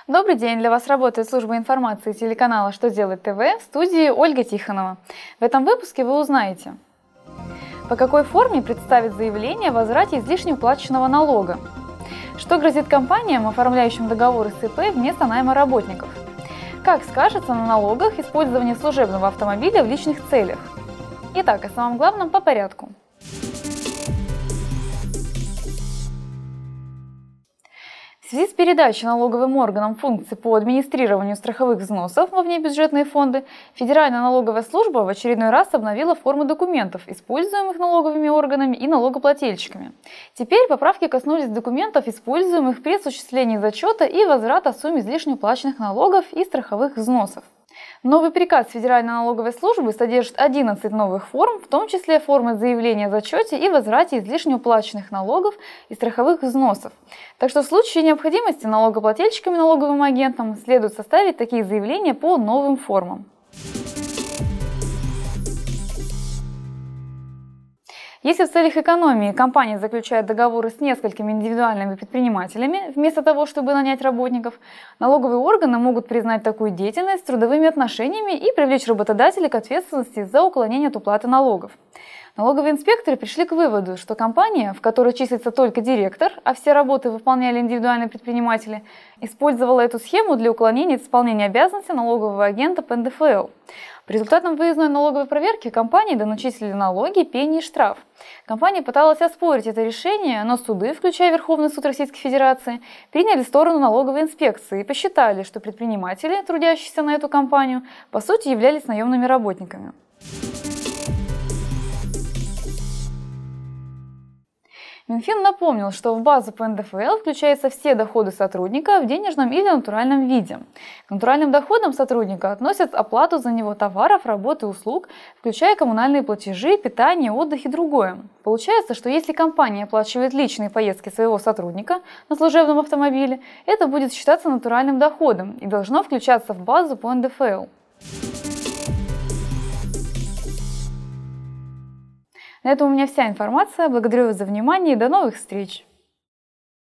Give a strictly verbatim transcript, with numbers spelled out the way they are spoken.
Добрый день! Для вас работает служба информации телеканала «Что делать ТВ», в студии Ольга Тихонова. В этом выпуске вы узнаете, по какой форме представить заявление о возврате излишне уплаченного налога, что грозит компаниям, оформляющим договоры с ИП вместо найма работников, как скажется на налогах использование служебного автомобиля в личных целях. Итак, о самом главном по порядку. В связи с передачей налоговым органам функций по администрированию страховых взносов во внебюджетные фонды, Федеральная налоговая служба в очередной раз обновила формы документов, используемых налоговыми органами и налогоплательщиками. Теперь поправки коснулись документов, используемых при осуществлении зачета и возврата сумм излишне уплаченных налогов и страховых взносов. Новый приказ Федеральной налоговой службы содержит одиннадцать новых форм, в том числе формы заявления о зачете и возврате излишне уплаченных налогов и страховых взносов. Так что в случае необходимости налогоплательщикам и налоговым агентам следует составить такие заявления по новым формам. Если в целях экономии компания заключает договоры с несколькими индивидуальными предпринимателями, вместо того, чтобы нанять работников, налоговые органы могут признать такую деятельность трудовыми отношениями и привлечь работодателя к ответственности за уклонение от уплаты налогов. Налоговые инспекторы пришли к выводу, что компания, в которой числится только директор, а все работы выполняли индивидуальные предприниматели, использовала эту схему для уклонения от исполнения обязанностей налогового агента по эн дэ эф эл. По результатам выездной налоговой проверки компании доначислили налоги, пени и штраф. Компания пыталась оспорить это решение, но суды, включая Верховный суд Российской Федерации, приняли сторону налоговой инспекции и посчитали, что предприниматели, трудящиеся на эту компанию, по сути являлись наемными работниками. Минфин напомнил, что в базу по эн дэ эф эл включаются все доходы сотрудника в денежном или натуральном виде. К натуральным доходам сотрудника относят оплату за него товаров, работ и услуг, включая коммунальные платежи, питание, отдых и другое. Получается, что если компания оплачивает личные поездки своего сотрудника на служебном автомобиле, это будет считаться натуральным доходом и должно включаться в базу по эн дэ эф эл. На этом у меня вся информация. Благодарю вас за внимание и до новых встреч!